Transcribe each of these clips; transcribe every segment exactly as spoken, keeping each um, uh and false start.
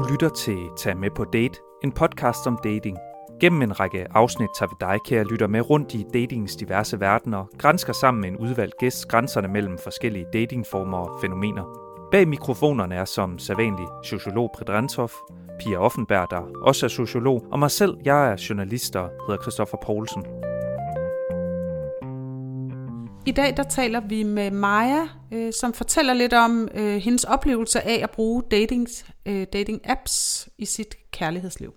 lytter til Tag med på date, en podcast om dating. Gennem en række afsnit tager vi dig, kære lytter, med rundt i datingens diverse verdener, gransker sammen med en udvalgt gæst grænserne mellem forskellige datingformer og fænomener. Bag mikrofonerne er som sædvanlig sociolog Britt Ranthoff, Pia Offenberg, der også er sociolog, og mig selv, jeg er journalist og hedder Christoffer Poulsen. I dag der taler vi med Maja, øh, som fortæller lidt om øh, hendes oplevelse af at bruge datings, øh, dating apps i sit kærlighedsliv.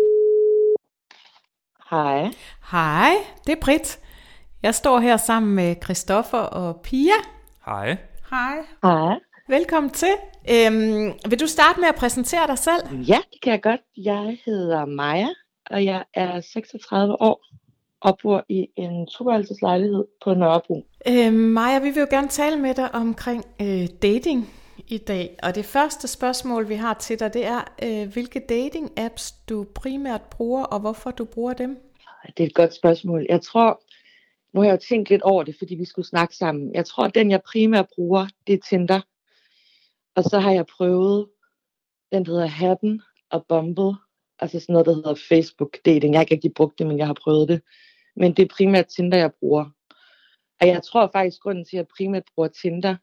Hej. Hej, det er Britt. Jeg står her sammen med Christoffer og Pia. Hej. Hej. Hej. Velkommen til. Øhm, vil du starte med at præsentere dig selv? Ja, det kan jeg godt. Jeg hedder Maja, og jeg er seksogtredive år og bor i en toværelseslejlighed på Nørrebro. Øhm, Maja, vi vil jo gerne tale med dig omkring øh, dating i dag. Og det første spørgsmål, vi har til dig, det er, øh, hvilke dating-apps du primært bruger, og hvorfor du bruger dem? Det er et godt spørgsmål. Jeg tror, nu har jeg jo tænkt lidt over det, fordi vi skulle snakke sammen. Jeg tror, at den, jeg primært bruger, det er Tinder. Og så har jeg prøvet den, der hedder Happen og Bumble. Altså sådan noget, der hedder Facebook dating. Jeg har ikke rigtig brugt det, men jeg har prøvet det. Men det er primært Tinder, jeg bruger. Og jeg tror faktisk, at grunden til, at jeg primært bruger Tinder,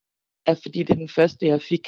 er fordi det er den første, jeg fik.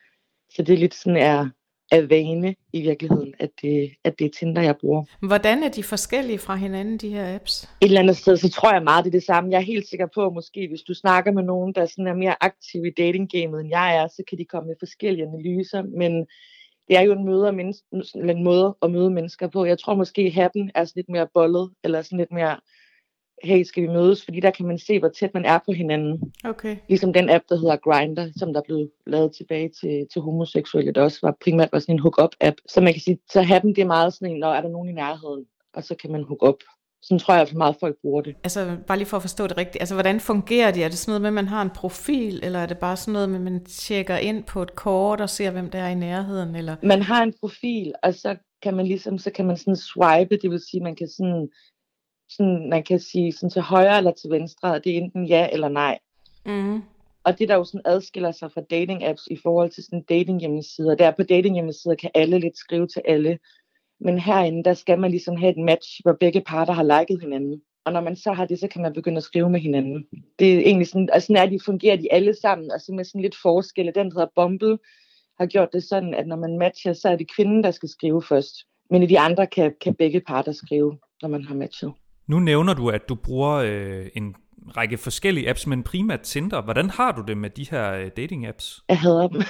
Så det er lidt sådan er af vane i virkeligheden, at det, at det er Tinder, jeg bruger. Hvordan er de forskellige fra hinanden, de her apps? Et eller andet sted, så tror jeg meget, det er det samme. Jeg er helt sikker på, at måske hvis du snakker med nogen, der sådan er mere aktiv i datinggamet, end jeg er, så kan de komme med forskellige analyser. Men det er jo en, møde menneske, en måde at møde mennesker på. Jeg tror måske, at Happen er sådan lidt mere bollet, eller sådan lidt mere, hey, skal vi mødes? Fordi der kan man se, hvor tæt man er på hinanden. Okay. Ligesom den app, der hedder Grindr, som der blev lavet tilbage til, til homoseksuelle, der også var primært var sådan en hook-up-app. Så man kan sige, så Happen, det er meget sådan en, når er der nogen i nærheden, og så kan man hook up. Sådan tror jeg, at meget folk bruger det. Altså, bare lige for at forstå det rigtigt. Altså, hvordan fungerer det? Er det sådan noget med, at man har en profil, eller er det bare sådan noget med, at man tjekker ind på et kort og ser, hvem der er i nærheden? Eller? Man har en profil, og så kan man ligesom, så kan man sådan swipe, det vil sige, man kan sådan, sådan man kan sige sådan til højre eller til venstre, og det er enten ja eller nej. Mm. Og det der jo sådan adskiller sig fra dating apps i forhold til sådan dating hjemmesider, der på dating hjemmesider kan alle lidt skrive til alle. Men herinde, der skal man ligesom have et match, hvor begge parter har liket hinanden. Og når man så har det, så kan man begynde at skrive med hinanden. Det er egentlig sådan, altså sådan er de, fungerer de alle sammen, altså med sådan lidt forskelle. Den, der hedder Bumble, har gjort det sådan, at når man matcher, så er det kvinden, der skal skrive først. Men i de andre kan, kan begge parter skrive, når man har matchet. Nu nævner du, at du bruger øh, en række forskellige apps, men primært Tinder. Hvordan har du det med de her øh, dating-apps? Jeg hader dem.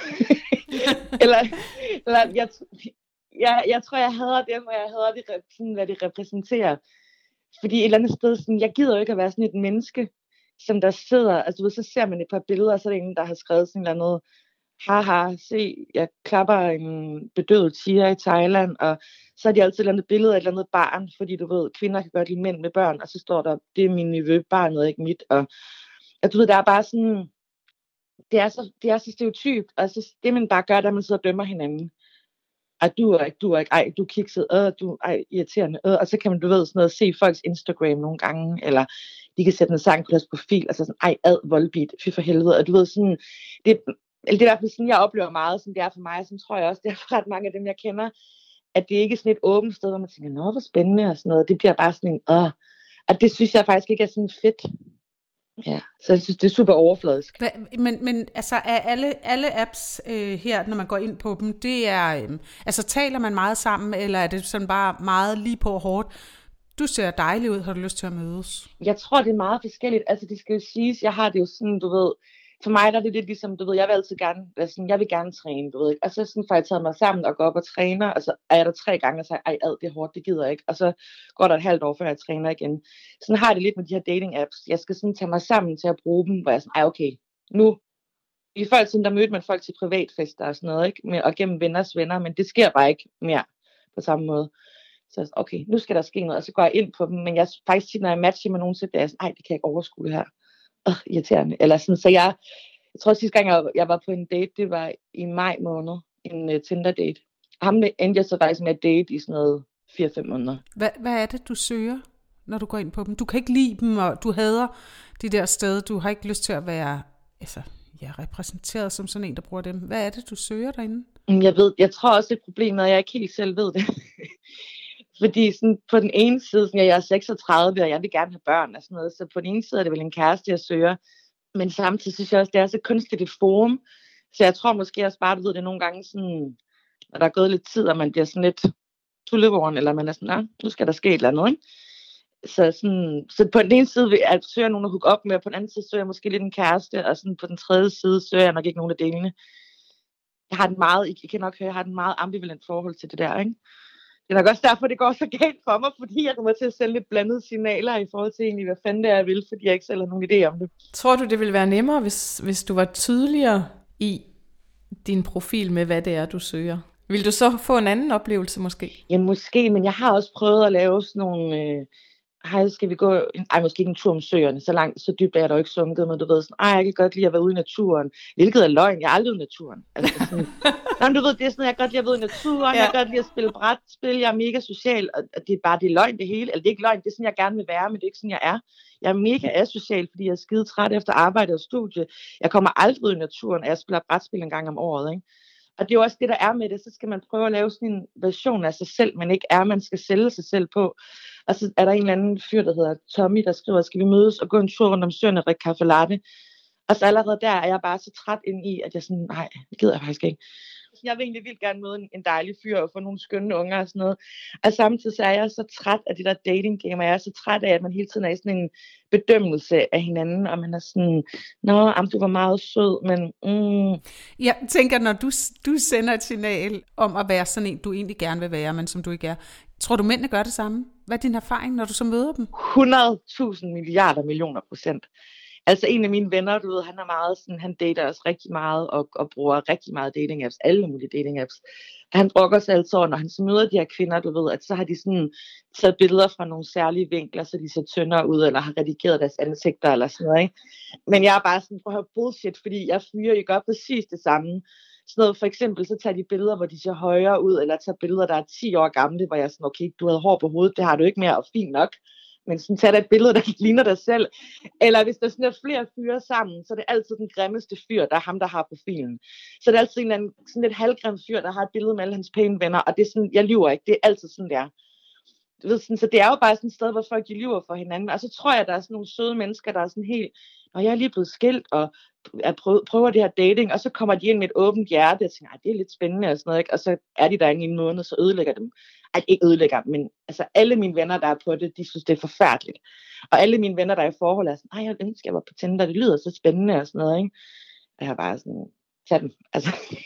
eller, eller jeg... Jeg, jeg tror, jeg hader dem, og jeg hader, det, sådan, hvad det repræsenterer. Fordi et eller andet sted, sådan, jeg gider jo ikke at være sådan et menneske, som der sidder, altså du ved, så ser man et par billeder, og så er der en, der har skrevet sådan noget andet, haha, se, jeg klapper en bedøvet tiger i Thailand, og så er de altid et eller andet billede af et eller andet barn, fordi du ved, kvinder kan godt lide mænd med børn, og så står der, det er min nevø, barnet er ikke mit, og, og du ved, der er bare sådan, det er så, det er så stereotypt, og så det man bare gør, der man sidder og dømmer hinanden. Ej, du er ikke, du er ikke, ej, du er kikset, øh, du er irriterende, øh, og så kan man, du ved, sådan noget, se folks Instagram nogle gange, eller de kan sætte en sang på deres profil, og så sådan, ej, ad, voldbit, fy for helvede, og du ved, sådan, det, eller det er i hvert fald sådan, jeg oplever meget, som det er for mig, og sådan tror jeg også, det er for ret mange af dem, jeg kender, at det ikke er sådan et åbent sted, hvor man tænker, nå, hvor spændende, og sådan noget, det bliver bare sådan en, åh, og det synes jeg faktisk ikke er sådan fedt. Ja, så jeg synes, det er super overfladisk. Hva, men, men altså er alle, alle apps øh, her, når man går ind på dem, det er, øh, altså taler man meget sammen, eller er det sådan bare meget lige på hårdt? Du ser dejlig ud, har du lyst til at mødes? Jeg tror, det er meget forskelligt. Altså det skal jo siges, jeg har det jo sådan, du ved, for mig der er det lidt ligesom, du ved, jeg vil altid gerne, altså, jeg vil gerne træne, du ved ikke. Og så sådan får jeg taget mig sammen og går op og træner, og så er jeg der tre gange og siger, ej ad, det er hårdt, det gider jeg ikke. Og så går der et halvt år, før jeg træner igen. Sådan har jeg det lidt med de her dating apps. Jeg skal sådan tage mig sammen til at bruge dem, hvor jeg er sådan, ej okay, nu. I folk sådan, der mødte man folk til privatfester og sådan noget, ikke? Med, og gennem venners venner, men det sker bare ikke mere på samme måde. Så okay, nu skal der ske noget, og så går jeg ind på dem, men jeg faktisk tit, når jeg matcher med nogen, så er jeg sådan, ej, det kan jeg ikke overskue det her. Åh, irriterende. Eller sådan, så jeg, jeg tror sidste gang, jeg, jeg var på en date, det var i maj måned, en uh, Tinder-date. Ham endte jeg så faktisk med at date i sådan noget fire fem måneder. Hvad, hvad er det, du søger, når du går ind på dem? Du kan ikke lide dem, og du hader de der steder. Du har ikke lyst til at være altså, ja, repræsenteret som sådan en, der bruger dem. Hvad er det, du søger derinde? Jeg ved, jeg tror også, det er problemet, at jeg ikke helt selv ved det. Fordi sådan, på den ene side, sådan, jeg er seksogtredive, og jeg vil gerne have børn og sådan noget, så på den ene side er det vel en kæreste, jeg søger. Men samtidig synes jeg også, det er så kunstigt et forum. Så jeg tror måske også bare, du ved det nogle gange sådan, når der er gået lidt tid, og man bliver sådan lidt tullevorn, eller man er sådan, nah, nu skal der ske et eller andet, ikke? Så, sådan, så på den ene side vil jeg søge nogen at hooke op med, og på den anden side søger jeg måske lidt en kæreste, og sådan på den tredje side søger jeg nok ikke nogen af delene. Jeg har den meget, I kan nok høre, jeg har den meget ambivalent forhold til det der, ikke? Det er nok også derfor, det går så galt for mig, fordi jeg kommer til at sende lidt blandede signaler i forhold til egentlig, hvad fanden det er, jeg vil, fordi jeg ikke selv har nogen idé om det. Tror du, det ville være nemmere, hvis, hvis du var tydeligere i din profil med, hvad det er, du søger? Vil du så få en anden oplevelse måske? Ja, måske, men jeg har også prøvet at lave sådan nogle... Øh, hej, skal vi gå... Ej, måske ikke en tur om søerne, så langt, så dybt er jeg dog ikke sunket, men du ved sådan, ej, jeg kan godt lide at være ude i naturen. Hvilket er løgn, jeg er aldrig ude i naturen. Altså sådan... Nå, men du ved, det er sådan, jeg kan godt lide at være ude i naturen, ja. Jeg kan godt lide at spille brætspil, jeg er mega social, og det er bare, det er løgn det hele. Eller det er ikke løgn, det er sådan, jeg gerne vil være, men det er ikke sådan, jeg er. Jeg er mega asocial, fordi jeg er skide træt efter arbejde og studie. Jeg kommer aldrig ud i naturen, og jeg spiller brætspil en gang om året, ikke? Og det er jo også det, der er med det. Så skal man prøve at lave sådan en version af sig selv, man ikke er, man skal sælge sig selv på. Og så er der en eller anden fyr, der hedder Tommy, der skriver, skal vi mødes og gå en tur rundt om søerne og drikke kaffe latte? Og så allerede der er jeg bare så træt ind i, at jeg sådan, nej, det gider jeg faktisk ikke. Jeg vil egentlig vildt gerne møde en, en dejlig fyr og få nogle skønne unger og sådan noget. Og samtidig så er jeg så træt af det der dating game, og jeg er så træt af, at man hele tiden er i sådan en bedømmelse af hinanden, og man er sådan, nå, am, du var meget sød, men... Mm. Jeg tænker, når du, du sender et signal om at være sådan en, du egentlig gerne vil være, men som du ikke er, tror du mændene gør det samme? Hvad er din erfaring, når du så møder dem? hundrede tusind milliarder millioner procent. Altså en af mine venner, du ved, han er meget sådan, han dater os rigtig meget og, og bruger rigtig meget dating apps, alle mulige dating apps. Han brokker sig altid over, når han så møder de her kvinder, du ved, at så har de sådan taget billeder fra nogle særlige vinkler, så de ser tyndere ud, eller har redigeret deres ansigter, eller sådan noget, ikke? Men jeg er bare sådan, prøv at høre bullshit, fordi jeg fyrer jo gør præcis det samme. Sådan noget, for eksempel, så tager de billeder, hvor de ser højere ud, eller tager billeder, der er ti år gamle, hvor jeg er sådan, okay, du havde hår på hovedet, det har du ikke mere, og fint nok. Men sådan tager der et billede, der ligner dig selv. Eller hvis der sådan er flere fyre sammen, så er det altid den grimmeste fyr, der er ham, der har profilen. Så det er altid en eller anden, sådan lidt halvgrim fyr, der har et billede med alle hans pæne venner, og det er sådan, jeg lyver ikke, det er altid sådan der. Du ved, sådan, så det er jo bare sådan et sted, hvor folk de lyver for hinanden. Og så tror jeg, der er sådan nogle søde mennesker, der er sådan helt, og jeg er lige blevet skilt, og jeg prøver det her dating, og så kommer de ind med et åbent hjerte, og tænker, det er lidt spændende, og sådan noget, ikke? Og så er de derinde i en måned, så ødelægger dem. Ej, ikke ødelægger, men altså alle mine venner, der er på det, de synes, det er forfærdeligt. Og alle mine venner, der er i forhold, er sådan, ej, jeg ønsker, jeg var på Tinder, det lyder så spændende, og sådan noget, ikke? Og jeg har bare sådan, tag den, altså...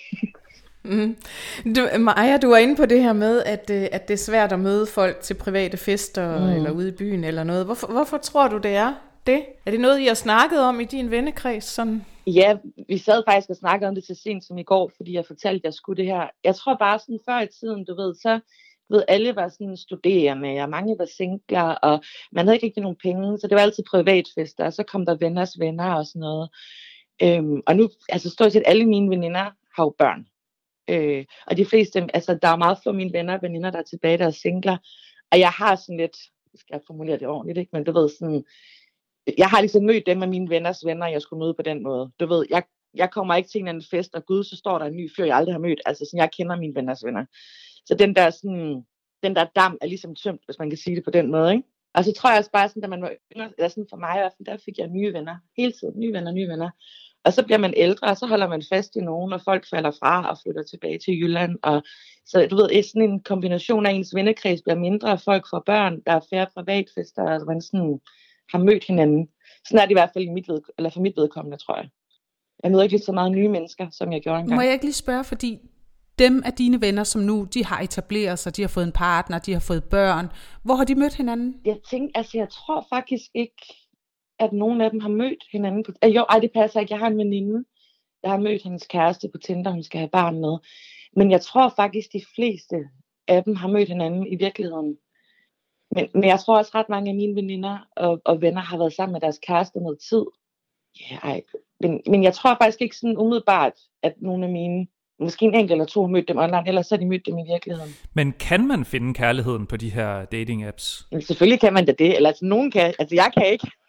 Mm. Du, Maja, du var inde på det her med, at, at det er svært at møde folk til private fester, mm. eller ude i byen, eller noget. Hvorfor, hvorfor tror du, det er det? Er det noget, I har snakket om i din vennekreds? Sådan? Ja, vi sad faktisk og snakkede om det til sent som i går, fordi jeg fortalte, at jeg skulle det her. Jeg tror bare sådan før i tiden, du ved, så du ved, alle var sådan studerende, og mange var singler, og man havde ikke rigtig nogen penge, så det var altid privatfester, og så kom der venners venner og sådan noget. Øhm, og nu, altså stort set alle mine veninder har jo børn. Øh, og de fleste, altså der er meget få mine venner og veninder, der er tilbage, der er singler. Og jeg har sådan lidt, skal jeg formulere det ordentligt, ikke? Men du ved sådan, jeg har ligesom mødt dem af mine venners venner, jeg skulle møde på den måde. Du ved, jeg, jeg kommer ikke til en anden fest, og gud, så står der en ny fyr, jeg aldrig har mødt. Altså sådan, jeg kender mine venners venner. Så den der sådan, den der dam er ligesom tømt, hvis man kan sige det på den måde, ikke? Og så tror jeg også bare sådan, da man var yngre, eller sådan for mig i hvert fald, der fik jeg nye venner. Hele tiden, nye venner, nye venner. Og så bliver man ældre, og så holder man fast i nogen, og folk falder fra og flytter tilbage til Jylland. Og så du ved, sådan en kombination af ens vennekreds bliver mindre, og folk får børn, der er færre privatfester, og man sådan har mødt hinanden. Sådan er det i hvert fald i mit ved, eller for mit vedkommende, tror jeg. Jeg møder ikke lige så meget nye mennesker, som jeg gjorde engang. Må jeg ikke lige spørge, fordi dem af dine venner, som nu, de har etableret sig, de har fået en partner, de har fået børn. Hvor har de mødt hinanden? Jeg tænker, altså jeg tror faktisk ikke, at nogen af dem har mødt hinanden på... Jo, ej, det passer ikke. Jeg har en veninde, der har mødt hendes kæreste på Tinder, hun skal have barn med. Men jeg tror faktisk, de fleste af dem har mødt hinanden i virkeligheden. Men, men jeg tror også, ret mange af mine veninder og, og venner har været sammen med deres kæreste noget tid. Ja, ej. Men, men jeg tror faktisk ikke sådan umiddelbart, at nogle af mine... Måske en enkelt eller to har mødt dem online, ellers så har de mødt dem i virkeligheden. Men kan man finde kærligheden på de her dating apps? Men selvfølgelig kan man da det, eller altså nogen kan, altså jeg kan ikke.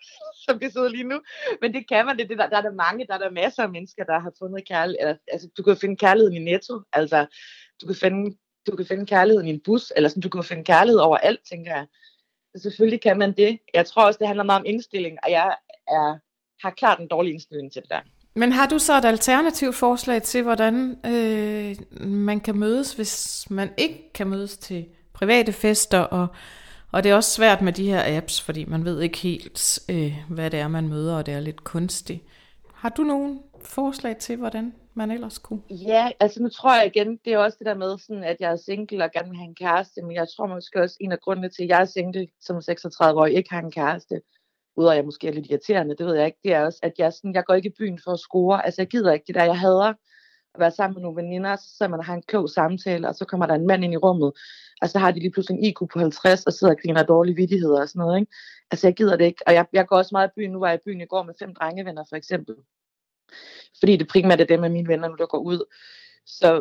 som det sidder lige nu. Men det kan man, det, det der, der er der mange, der er der masser af mennesker, der har fundet kærlighed. Altså, du kan finde kærligheden i Netto, altså, du kan finde, du kan finde kærligheden i en bus, eller sådan, du kan finde kærlighed overalt, tænker jeg. Så selvfølgelig kan man det. Jeg tror også, det handler meget om indstilling, og jeg er, har klart en dårlig indstilling til det der. Men har du så et alternativt forslag til, hvordan øh, man kan mødes, hvis man ikke kan mødes til private fester, og, og det er også svært med de her apps, fordi man ved ikke helt, øh, hvad det er, man møder, og det er lidt kunstigt. Har du nogle forslag til, hvordan man ellers kunne? Ja, altså nu tror jeg igen, det er også det der med, sådan, at jeg er single og gerne vil have en kæreste, men jeg tror måske også, en af grundene til, at jeg er single som seksogtredive-årig, ikke har en kæreste, udover at jeg måske er lidt irriterende, det ved jeg ikke, det er også, at jeg, sådan, jeg går ikke i byen for at score. Altså jeg gider ikke det der, jeg hader at være sammen med nogle veninder, så man har en klog samtale, og så kommer der en mand ind i rummet, og så har de lige pludselig en I Q på halvtreds, og sidder og griner dårlige vittigheder og sådan noget, ikke? Altså jeg gider det ikke, og jeg, jeg går også meget i byen, nu var jeg i byen i går med fem drengevenner for eksempel, fordi det primært er dem af mine venner, nu der går ud, så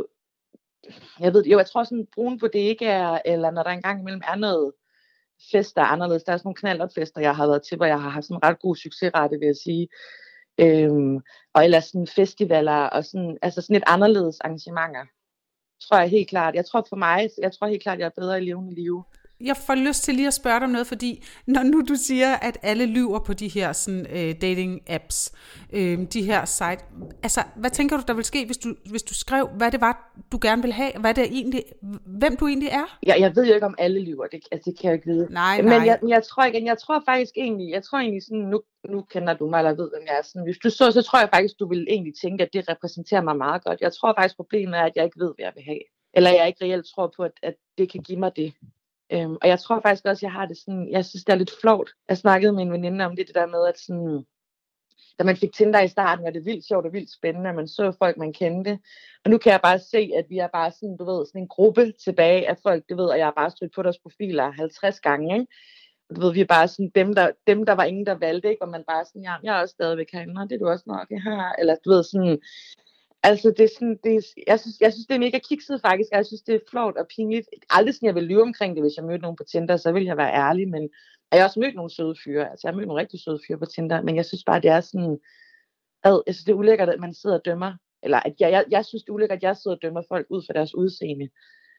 jeg ved jo, jeg tror sådan, brun på det ikke er, eller når der engang imellem er noget fester anderledes. Der er sådan nogle knallertfester, jeg har været til, hvor jeg har haft sådan en ret god succesrate, vil jeg sige. Øhm, og ellers sådan festivaler og sådan, altså sådan et anderledes arrangementer. Tror jeg helt klart. Jeg tror for mig, jeg tror helt klart, jeg er bedre i levende liv. Jeg får lyst til lige at spørge dig om noget, fordi når nu du siger, at alle lyver på de her sådan, øh, dating-apps, øh, de her site, altså hvad tænker du, der vil ske, hvis du, hvis du skrev, hvad det var, du gerne vil have, hvad det er egentlig, hvem du egentlig er? Jeg, jeg ved jo ikke, om alle lyver, det, altså, det kan jeg ikke vide. Nej, nej. Men jeg, jeg, tror ikke, jeg tror faktisk egentlig, jeg tror egentlig sådan, nu, nu kender du mig, eller ved, hvem jeg er. Sådan, hvis du så, så tror jeg faktisk, du vil egentlig tænke, at det repræsenterer mig meget godt. Jeg tror faktisk, problemet er, at jeg ikke ved, hvad jeg vil have. Eller jeg ikke reelt tror på, at, at det kan give mig det. Øhm, og jeg tror faktisk også, at jeg har det sådan, jeg synes, det er lidt flovt. Jeg snakkede med en veninde om det, det der med, at sådan, da man fik Tinder i starten, var det vildt sjovt og vildt spændende, at man så folk, man kendte. Og nu kan jeg bare se, at vi er bare sådan, du ved, sådan en gruppe tilbage af folk, du ved, og jeg har bare stødt på deres profiler halvtreds gange, ikke? Og du ved, vi er bare sådan dem, der, dem, der var ingen, der valgte, ikke? Og man bare sådan, ja, jeg er også stadigvæk herinde, og det er du også nok, ja. Eller du ved, sådan, altså det er sådan, det er, jeg, synes, jeg synes, det er mega kikset faktisk, jeg synes, det er flot og pinligt. Aldrig sådan, jeg vil lyve omkring det, hvis jeg mødte nogen på Tinder, så vil jeg være ærlig, men jeg har også mødt nogle søde fyre, altså jeg har mødt nogle rigtig søde fyre på Tinder, men jeg synes bare, det er sådan, ad, jeg synes, det er ulækkert, at man sidder og dømmer, eller at jeg, jeg, jeg synes, det er ulækkert, at jeg sidder og dømmer folk ud fra deres udseende,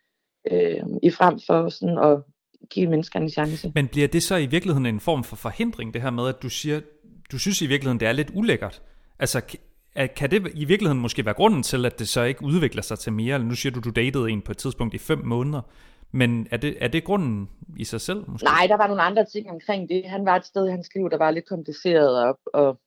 øh, i frem for sådan at give mennesker en chance. Men bliver det så i virkeligheden en form for forhindring, det her med, at du siger, du synes i virkeligheden, det er lidt ulækkert? Altså, kan det i virkeligheden måske være grunden til, at det så ikke udvikler sig til mere? Eller nu siger du, du datede en på et tidspunkt i fem måneder. Men er det, er det grunden i sig selv? Måske? Nej, der var nogle andre ting omkring det. Han var et sted i hans liv, der var lidt kompliceret og, og,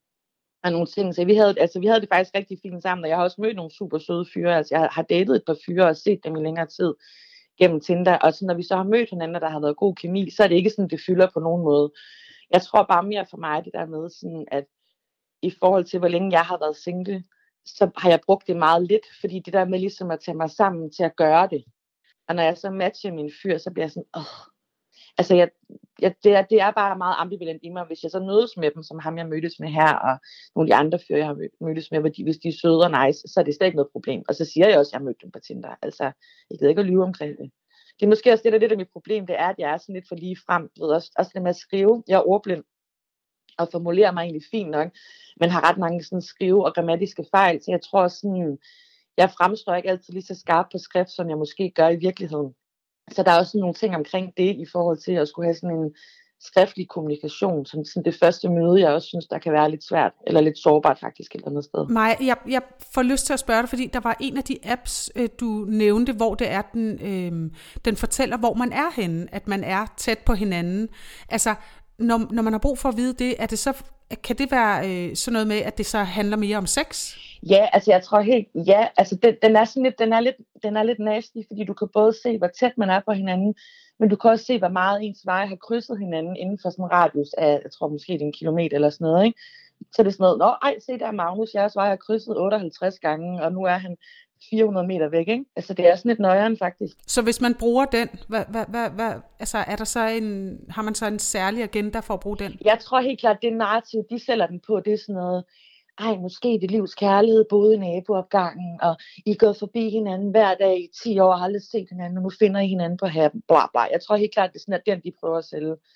og nogle ting. Så vi havde, altså, vi havde det faktisk rigtig fint sammen, og jeg har også mødt nogle super søde fyre. Altså, jeg har datet et par fyre og set dem i længere tid gennem Tinder. Og så når vi så har mødt hinanden, og der har været god kemi, så er det ikke sådan, det fylder på nogen måde. Jeg tror bare mere for mig, det der med sådan, at i forhold til, hvor længe jeg har været single, så har jeg brugt det meget lidt, fordi det der med ligesom at tage mig sammen til at gøre det. Og når jeg så matcher min fyr, så bliver jeg sådan, åh. Altså, jeg, jeg, det, er, det er bare meget ambivalent i mig, hvis jeg så mødes med dem, som ham jeg mødtes med her, og nogle af de andre fyre, jeg har mødtes med, fordi hvis de er søde og nice, så er det slet ikke noget problem. Og så siger jeg også, at jeg har mødt dem på Tinder. Altså, jeg gider ikke at lyve omkring det. Det er måske også det, der lidt af mit problem, det er, at jeg er sådan lidt for lige frem. Ved, også, også det med at skrive. Jeg er ordblind og formulerer mig egentlig fint nok, men har ret mange sådan skrive- og grammatiske fejl, så jeg tror sådan, jeg fremstår ikke altid lige så skarp på skrift, som jeg måske gør i virkeligheden. Så der er også nogle ting omkring det, i forhold til at skulle have sådan en skriftlig kommunikation, som sådan det første møde, jeg også synes, der kan være lidt svært, eller lidt sårbart faktisk et eller andet sted. Maja, jeg, jeg får lyst til at spørge dig, fordi der var en af de apps, du nævnte, hvor det er, den, øh, den fortæller, hvor man er henne, at man er tæt på hinanden. Altså, Når, når man har brug for at vide det, er det så, kan det være øh, sådan noget med, at det så handler mere om sex? Ja, altså jeg tror helt, ja, altså den, den er sådan lidt, den er lidt, den er lidt nasty, fordi du kan både se, hvor tæt man er på hinanden, men du kan også se, hvor meget ens veje har krydset hinanden inden for sådan en radius af, jeg tror måske det er en kilometer eller sådan noget, ikke? Så det er sådan noget, nå, ej, se der er Magnus, jeres vej har krydset otteoghalvtreds gange, og nu er han fire hundrede meter væk, ikke? Altså det er sådan lidt nøjeren faktisk. Så hvis man bruger den, hvad, hvad, hvad, hvad, altså er der så en, har man så en særlig agenda for at bruge den? Jeg tror helt klart, det narrativ, de sælger den på, det er sådan noget, ej, måske det livs kærlighed boede i naboopgangen, og I er gået forbi hinanden hver dag i ti år og har aldrig set hinanden, og nu finder I hinanden på happen, bla bla. Jeg tror helt klart, det er sådan, at den, de prøver at sælge.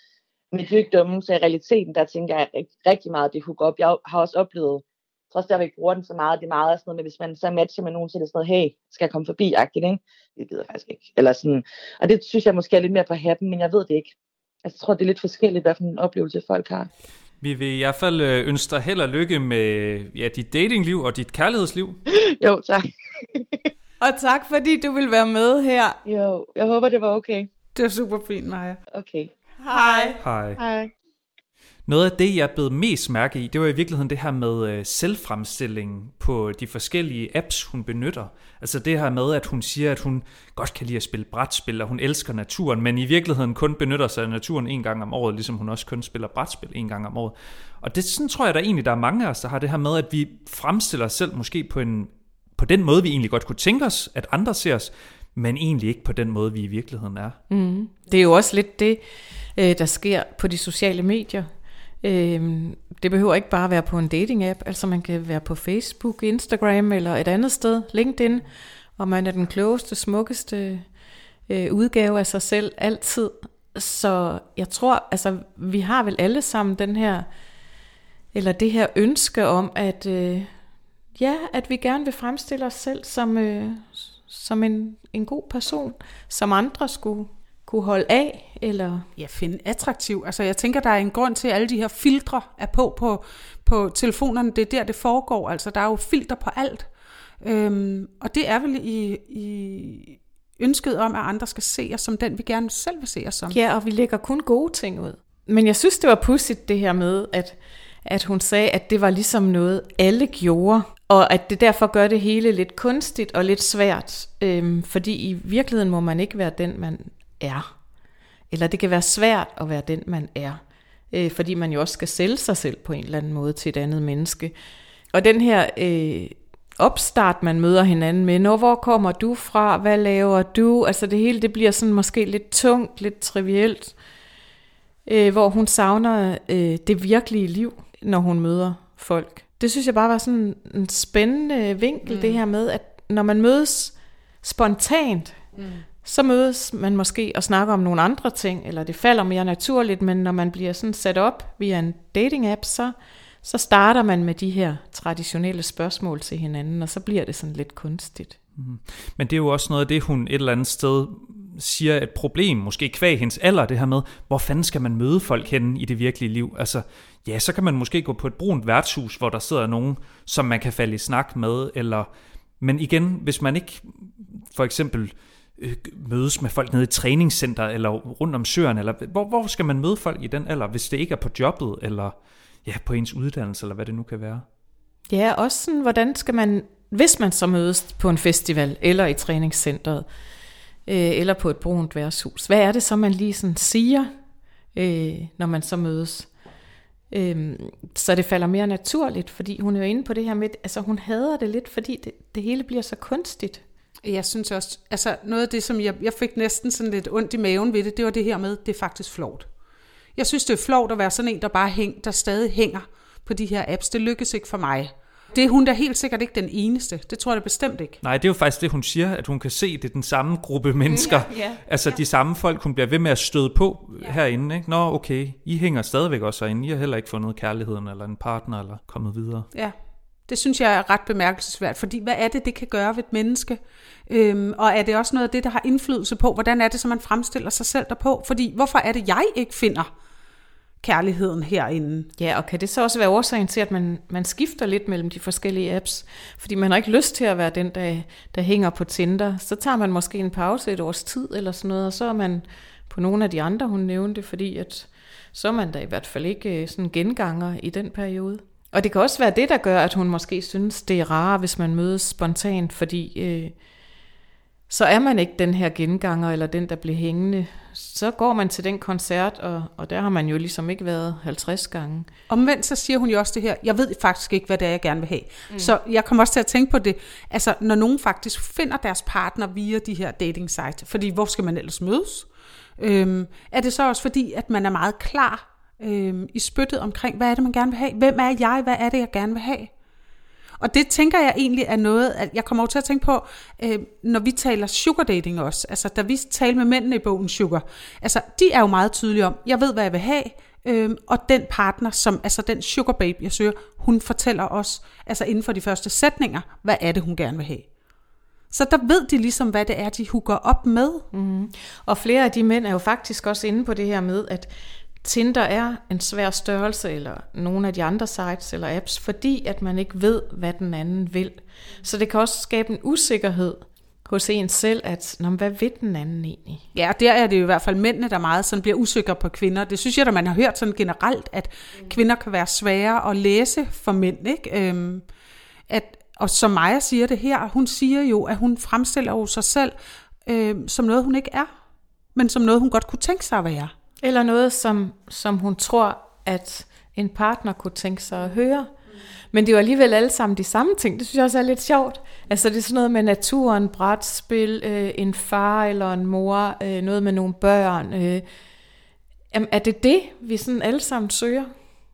Men det er jo ikke dumme, så i realiteten, der tænker jeg rigtig meget, det hookup. Jeg har også oplevet, trods der vi ikke bruger den så meget, det er meget sådan noget med, hvis man så matcher med nogen, så er det sådan noget, hey, skal jeg komme forbi-agtigt, ikke? Det gider jeg faktisk ikke. Eller sådan. Og det synes jeg måske er lidt mere på hatten, men jeg ved det ikke. Altså, jeg tror, det er lidt forskelligt, hvad for en oplevelse folk har. Vi vil i hvert fald ønske dig held og lykke med ja, dit datingliv og dit kærlighedsliv. Jo, tak. Og tak, fordi du vil være med her. Jo, jeg håber, det var okay. Det er super fint, Maja. Okay. Hej. Hej. Hej. Noget af det, jeg blev mest mærke i, det var i virkeligheden det her med øh, selvfremstilling på de forskellige apps, hun benytter. Altså det her med, at hun siger, at hun godt kan lide at spille brætspil, og hun elsker naturen, men i virkeligheden kun benytter sig af naturen en gang om året, ligesom hun også kun spiller brætspil en gang om året. Og det sådan tror jeg, der egentlig der er mange af os, der har det her med, at vi fremstiller os selv måske på, en, på den måde, vi egentlig godt kunne tænke os, at andre ser os, men egentlig ikke på den måde, vi i virkeligheden er. Mm. Det er jo også lidt det, der sker på de sociale medier. Det behøver ikke bare være på en dating-app, altså man kan være på Facebook, Instagram eller et andet sted, LinkedIn, og man er den klogeste, smukkeste øh, udgave af sig selv altid. Så jeg tror, altså vi har vel alle sammen den her, eller det her ønske om, at øh, ja, at vi gerne vil fremstille os selv som, øh, som en, en god person, som andre skulle kunne holde af, eller... Ja, finde attraktiv. Altså, jeg tænker, der er en grund til, at alle de her filtre er på på, på telefonerne. Det er der, det foregår. Altså, der er jo filter på alt. Øhm, og det er vel i, i ønsket om, at andre skal se os som den, vi gerne selv vil se os som. Ja, og vi lægger kun gode ting ud. Men jeg synes, det var pudsigt det her med, at, at hun sagde, at det var ligesom noget, alle gjorde. Og at det derfor gør det hele lidt kunstigt og lidt svært. Øhm, fordi i virkeligheden må man ikke være den, man er. Eller det kan være svært at være den, man er. Øh, fordi man jo også skal sælge sig selv på en eller anden måde til et andet menneske. Og den her øh, opstart, man møder hinanden med, når hvor kommer du fra, hvad laver du? Altså det hele, det bliver sådan måske lidt tungt, lidt trivielt. Øh, hvor hun savner øh, det virkelige liv, når hun møder folk. Det synes jeg bare var sådan en spændende vinkel, mm. det her med, at når man mødes spontant, mm. så mødes man måske og snakker om nogle andre ting, eller det falder mere naturligt, men når man bliver sådan sat op via en dating-app, så, så starter man med de her traditionelle spørgsmål til hinanden, og så bliver det sådan lidt kunstigt. Mm. Men det er jo også noget af det, hun et eller andet sted siger et problem, måske kvæg hendes alder, det her med, hvor fanden skal man møde folk henne i det virkelige liv? Altså, ja, så kan man måske gå på et brunt værtshus, hvor der sidder nogen, som man kan falde i snak med, eller, men igen, hvis man ikke for eksempel mødes med folk nede i træningscenter eller rundt om søerne, eller hvor, hvor skal man møde folk i den alder, hvis det ikke er på jobbet, eller ja, på ens uddannelse, eller hvad det nu kan være? Ja, også sådan, hvordan skal man, hvis man så mødes på en festival, eller i træningscenteret, øh, eller på et brunt værtshus, hvad er det så, man lige sådan siger, øh, når man så mødes? Øh, så det falder mere naturligt, fordi hun er jo inde på det her med, altså hun hader det lidt, fordi det, det hele bliver så kunstigt. Jeg synes også, altså noget af det, som jeg, jeg fik næsten sådan lidt ondt i maven ved det, det var det her med, det er faktisk flovt. Jeg synes, det er flovt at være sådan en, der bare hæng, der stadig hænger på de her apps. Det lykkes ikke for mig. Det er hun da helt sikkert ikke den eneste. Det tror jeg da bestemt ikke. Nej, det er jo faktisk det, hun siger, at hun kan se, det er den samme gruppe mennesker. Ja, ja, altså ja. De samme folk, hun bliver ved med at støde på ja. herinde. Ikke? Nå, okay, I hænger stadigvæk også herinde. I har heller ikke fundet kærligheden eller en partner eller kommet videre. Ja. Det synes jeg er ret bemærkelsesværdigt, fordi hvad er det, det kan gøre ved et menneske? Øhm, og er det også noget af det, der har indflydelse på, hvordan er det, så man fremstiller sig selv derpå? Fordi hvorfor er det, jeg ikke finder kærligheden herinde? Ja, og kan det så også være årsagen til, at man, man skifter lidt mellem de forskellige apps? Fordi man har ikke lyst til at være den, der, der hænger på Tinder. Så tager man måske en pause et års tid eller sådan noget, og så er man på nogle af de andre, hun nævnte, fordi at, så er man da i hvert fald ikke sådan genganger i den periode. Og det kan også være det, der gør, at hun måske synes, det er rarere, hvis man mødes spontant, fordi øh, så er man ikke den her genganger, eller den, der bliver hængende. Så går man til den koncert, og, og der har man jo ligesom ikke været halvtreds gange. Omvendt så siger hun jo også det her, jeg ved faktisk ikke, hvad det er, jeg gerne vil have. Mm. Så jeg kommer også til at tænke på det, altså når nogen faktisk finder deres partner via de her dating sites, fordi hvor skal man ellers mødes? Øhm, er det så også fordi, at man er meget klar i spyttet omkring, hvad er det, man gerne vil have? Hvem er jeg? Hvad er det, jeg gerne vil have? Og det tænker jeg egentlig er noget, at jeg kommer over til at tænke på, øh, når vi taler sugar dating også, altså da vi taler med mændene i bogen Sugar, altså de er jo meget tydelige om, jeg ved hvad jeg vil have, øh, og den partner, som altså den sugar babe jeg søger, hun fortæller os, altså inden for de første sætninger, hvad er det hun gerne vil have. Så der ved de ligesom, hvad det er, de hooker op med. Mm. Og flere af de mænd er jo faktisk også inde på det her med, at Tinder er en svær størrelse, eller nogle af de andre sites eller apps, fordi at man ikke ved, hvad den anden vil. Så det kan også skabe en usikkerhed hos en selv, at nå, hvad vil den anden egentlig? Ja, der er det jo i hvert fald mændene, der meget sådan bliver usikre på kvinder. Det synes jeg, at man har hørt sådan generelt, at kvinder kan være svære at læse for mænd, ikke? Øhm, at, og som Maja siger det her, hun siger jo, at hun fremstiller jo sig selv øh, som noget, hun ikke er, men som noget, hun godt kunne tænke sig at være. Eller noget, som, som hun tror, at en partner kunne tænke sig at høre. Men det er jo alligevel alle sammen de samme ting. Det synes jeg også er lidt sjovt. Altså det er sådan noget med naturen, brætspil, øh, en far eller en mor, øh, noget med nogle børn. Øh. Jamen, er det det, vi sådan alle sammen søger?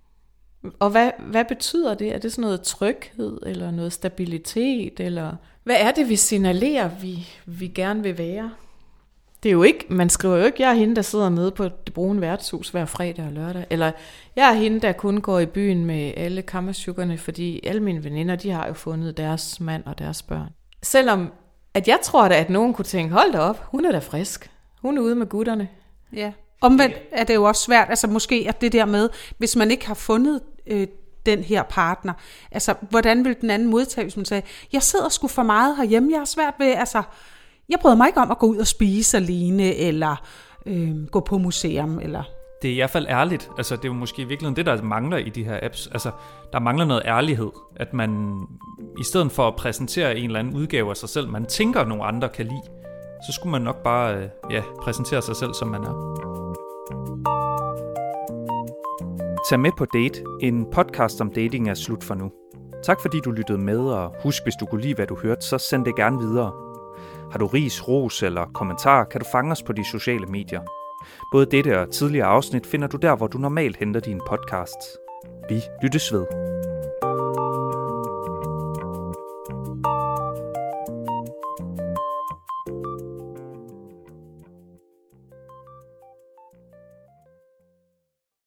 Og hvad, hvad betyder det? Er det sådan noget tryghed, eller noget stabilitet? Eller hvad er det, vi signalerer, vi, vi gerne vil være? Det er jo ikke, man skriver jo ikke, jeg er hende, der sidder nede på det brune værtshus hver fredag og lørdag. Eller jeg er hende, der kun går i byen med alle kammersukkerne, fordi alle mine veninder, de har jo fundet deres mand og deres børn. Selvom, at jeg tror da, at nogen kunne tænke, hold da op, hun er da frisk. Hun er ude med gutterne. Ja. Omvendt er det jo også svært, altså måske at det der med, hvis man ikke har fundet øh, den her partner, altså hvordan vil den anden modtage, hvis man sagde, jeg sidder sgu for meget herhjemme, jeg har svært ved, altså, jeg bryder mig ikke om at gå ud og spise alene, eller øh, gå på museum, eller... Det er i hvert fald ærligt. Altså, det er jo måske i virkeligheden det, der mangler i de her apps. Altså, der mangler noget ærlighed. At man, i stedet for at præsentere en eller anden udgave af sig selv, man tænker, nogle andre kan lide, så skulle man nok bare øh, ja, præsentere sig selv, som man er. Tag med på Date. En podcast om dating er slut for nu. Tak fordi du lyttede med, og husk, hvis du kunne lide, hvad du hørte, så send det gerne videre. Har du ris, ros eller kommentarer, kan du fange os på de sociale medier. Både dette og tidligere afsnit finder du der, hvor du normalt henter dine podcasts. Vi lyttes ved.